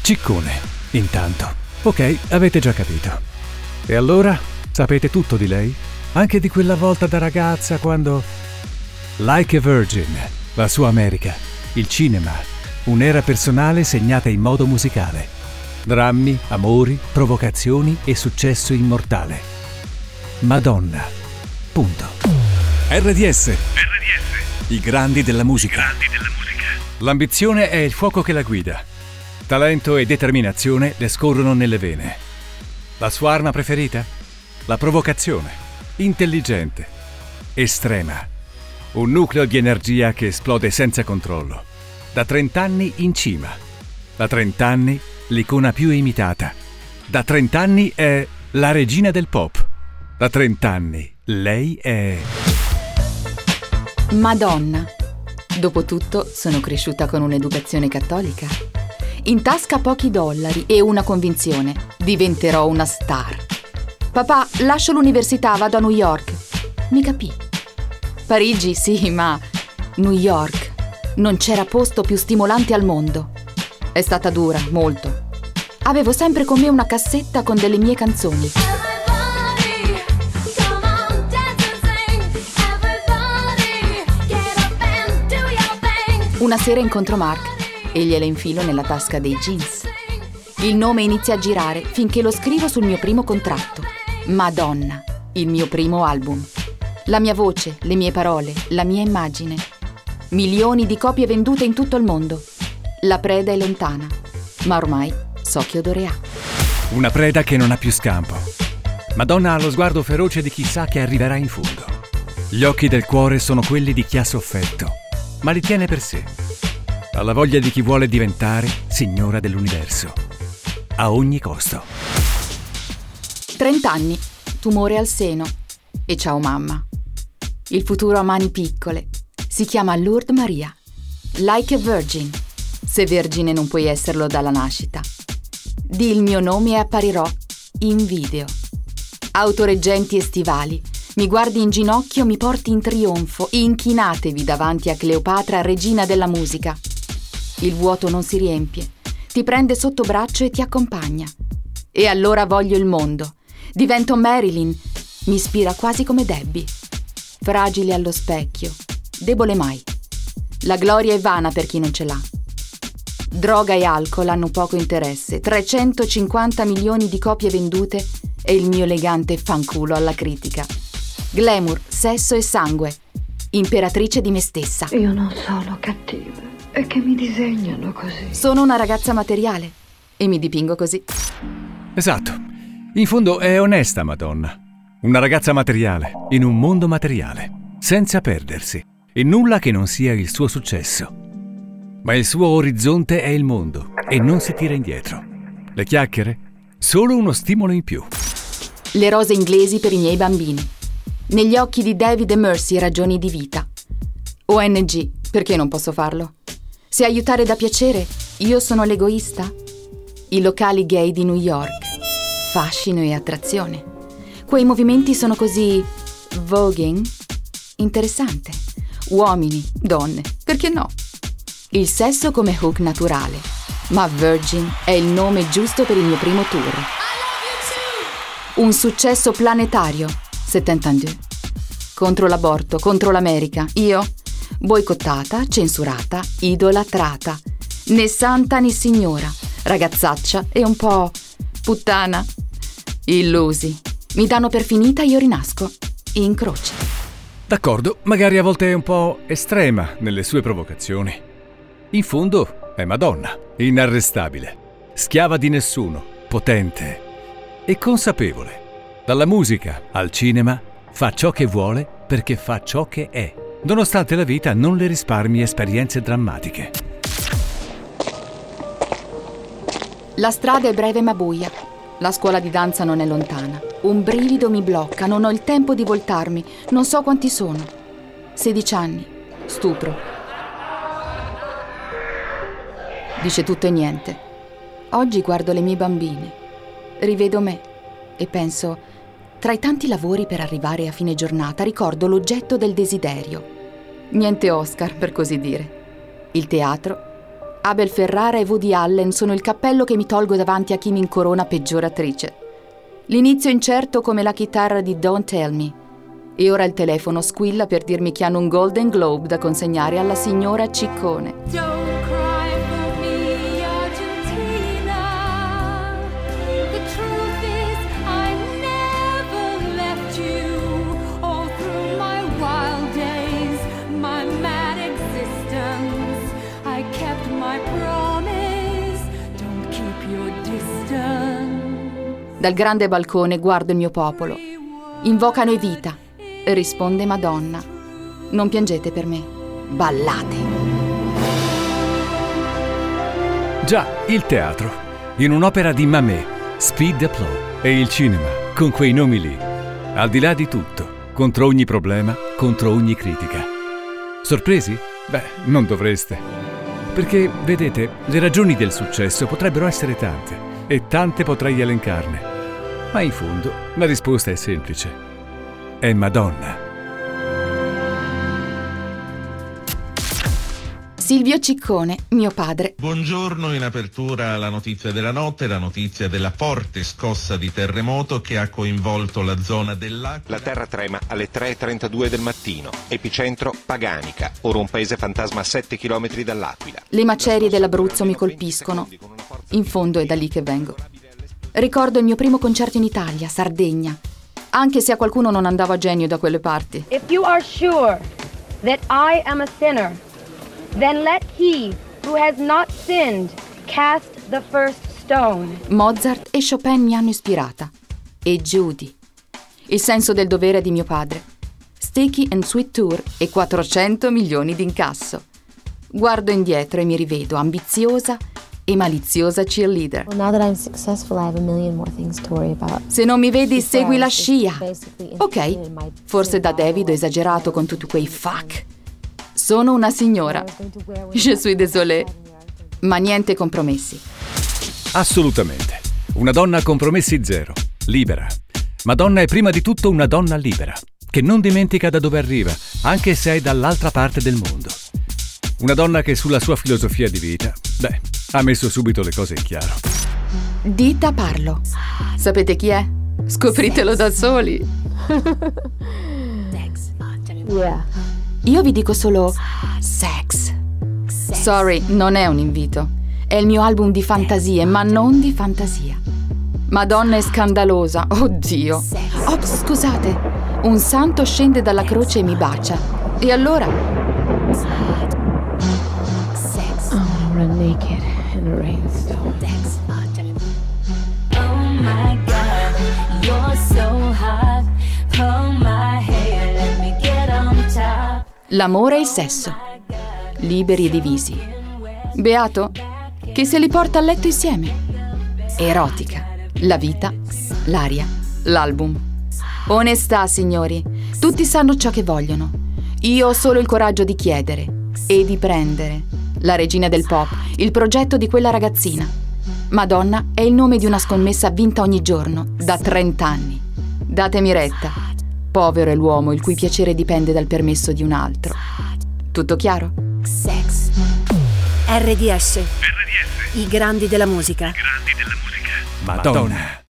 Ciccone, intanto. Ok, avete già capito. E allora, sapete tutto di lei? Anche di quella volta da ragazza quando... Like a Virgin, la sua America, il cinema, un'era personale segnata in modo musicale. Drammi, amori, provocazioni e successo immortale. Madonna. Punto. RDS. I grandi della musica. L'ambizione è il fuoco che la guida. Talento e determinazione le scorrono nelle vene. La sua arma preferita? La provocazione. Intelligente. Estrema. Un nucleo di energia che esplode senza controllo. Da 30 anni in cima. Da 30 anni l'icona più imitata. Da 30 anni è la regina del pop. Da 30 anni lei è... Madonna. Dopotutto sono cresciuta con un'educazione cattolica. In tasca pochi dollari e una convinzione: diventerò una star. Papà, lascio l'università, vado a New York. Mi capì. Parigi sì, ma New York non c'era posto più stimolante al mondo. È stata dura, molto. Avevo sempre con me una cassetta con delle mie canzoni. Una sera incontro Mark e gliele infilo nella tasca dei jeans. Il nome inizia a girare finché lo scrivo sul mio primo contratto. Madonna, il mio primo album. La mia voce, le mie parole, la mia immagine. Milioni di copie vendute in tutto il mondo. La preda è lontana, ma ormai so che odore ha. Una preda che non ha più scampo. Madonna ha lo sguardo feroce di chi sa che arriverà in fondo. Gli occhi del cuore sono quelli di chi ha sofferto, ma li tiene per sé. Ha la voglia di chi vuole diventare signora dell'universo. A ogni costo. 30 anni, tumore al seno. E ciao mamma. Il futuro a mani piccole. Si chiama Lourdes Maria. Like a Virgin. Se vergine non puoi esserlo dalla nascita. Di il mio nome e apparirò in video. Autoreggenti e stivali. Mi guardi in ginocchio, mi porti in trionfo. Inchinatevi davanti a Cleopatra, regina della musica. Il vuoto non si riempie. Ti prende sotto braccio e ti accompagna. E allora voglio il mondo. Divento Marilyn. Mi ispira quasi come Debbie. Fragile allo specchio. Debole mai. La gloria è vana per chi non ce l'ha. Droga e alcol hanno poco interesse. 350 milioni di copie vendute e il mio elegante fanculo alla critica. Glamour, sesso e sangue. Imperatrice di me stessa. Io non sono cattiva. È che mi disegnano così. Sono una ragazza materiale e mi dipingo così. Esatto. In fondo è onesta Madonna. Una ragazza materiale, in un mondo materiale, senza perdersi, in nulla che non sia il suo successo. Ma il suo orizzonte è il mondo e non si tira indietro. Le chiacchiere? Solo uno stimolo in più. Le rose inglesi per i miei bambini. Negli occhi di David e Mercy ragioni di vita. ONG, perché non posso farlo? Se aiutare da piacere, io sono l'egoista? I locali gay di New York. Fascino e attrazione. Quei movimenti sono così... voguing? Interessante. Uomini, donne, perché no? Il sesso come hook naturale. Ma Virgin è il nome giusto per il mio primo tour. Un successo planetario. 72. Contro l'aborto, contro l'America. Io? Boicottata, censurata, idolatrata. Né santa né signora. Ragazzaccia e un po' puttana. Illusi. Mi danno per finita, io rinasco. In croce. D'accordo, magari a volte è un po' estrema nelle sue provocazioni. In fondo è Madonna, inarrestabile, schiava di nessuno, potente e consapevole. Dalla musica al cinema fa ciò che vuole perché fa ciò che è, nonostante la vita non le risparmi esperienze drammatiche. La strada è breve ma buia. La scuola di danza non è lontana. Un brivido mi blocca, non ho il tempo di voltarmi. Non so quanti sono. 16 anni. Stupro. Dice tutto e niente. Oggi guardo le mie bambine. Rivedo me e penso, tra i tanti lavori per arrivare a fine giornata, ricordo l'oggetto del desiderio. Niente Oscar, per così dire. Il teatro, Abel Ferrara e Woody Allen sono il cappello che mi tolgo davanti a chi mi incorona peggior attrice. L'inizio incerto come la chitarra di Don't Tell Me. E ora il telefono squilla per dirmi che hanno un Golden Globe da consegnare alla signora Ciccone. Don't cry for me, Argentina. The truth is I never left you. All through my wild days, my mad existence, I kept my promise. Don't keep your distance. Dal grande balcone guardo il mio popolo. Invocano Evita. Risponde Madonna. Non piangete per me, ballate. Già, il teatro. In un'opera di Mamet, Speed the Plow. E il cinema, con quei nomi lì. Al di là di tutto, contro ogni problema, contro ogni critica. Sorpresi? Beh, non dovreste. Perché, vedete, le ragioni del successo potrebbero essere tante, e tante potrei elencarne. Ma in fondo, la risposta è semplice. È Madonna. Silvio Ciccone, mio padre. Buongiorno, in apertura la notizia della notte, la notizia della forte scossa di terremoto che ha coinvolto la zona dell'Aquila. La terra trema alle 3:32 del mattino, epicentro Paganica, ora un paese fantasma a 7 km dall'Aquila. Le macerie dell'Abruzzo mi colpiscono. In fondo è da lì che vengo. Ricordo il mio primo concerto in Italia, Sardegna. Anche se a qualcuno non andava a genio da quelle parti. If you are sure that I am a sinner, then let he who has not sinned cast the first stone. Mozart e Chopin mi hanno ispirata. E Judy. Il senso del dovere di mio padre. Sticky and Sweet Tour e 400 milioni di incasso. Guardo indietro e mi rivedo ambiziosa e maliziosa cheerleader. Well, now that I'm successful, I have a million more things to worry about. Se non mi vedi, segui la scia. Ok, forse da David ho esagerato con tutti quei fuck. Sono una signora. Je suis désolée. Ma niente compromessi. Assolutamente. Una donna a compromessi zero. Libera. Madonna è prima di tutto una donna libera, che non dimentica da dove arriva, anche se è dall'altra parte del mondo. Una donna che sulla sua filosofia di vita, ha messo subito le cose in chiaro. Dita Parlo. Sapete chi è? Scopritelo da soli. Yeah. Io vi dico solo sex. Sorry, non è un invito. È il mio album di fantasie, ma non di fantasia. Madonna è scandalosa, oddio. Oh, scusate, un santo scende dalla croce e mi bacia. E allora? Run naked in a rainstorm. Oh my God, you're so hot. Pull my hair, let me get on top. L'amore e il sesso. Liberi e divisi. Beato, che se li porta a letto insieme. Erotica. La vita, l'aria, l'album. Onestà, signori. Tutti sanno ciò che vogliono. Io ho solo il coraggio di chiedere e di prendere. La regina del pop, il progetto di quella ragazzina. Madonna è il nome di una scommessa vinta ogni giorno, da 30 anni. Datemi retta. Povero è l'uomo il cui piacere dipende dal permesso di un altro. Tutto chiaro? RDS. I grandi della musica. Madonna.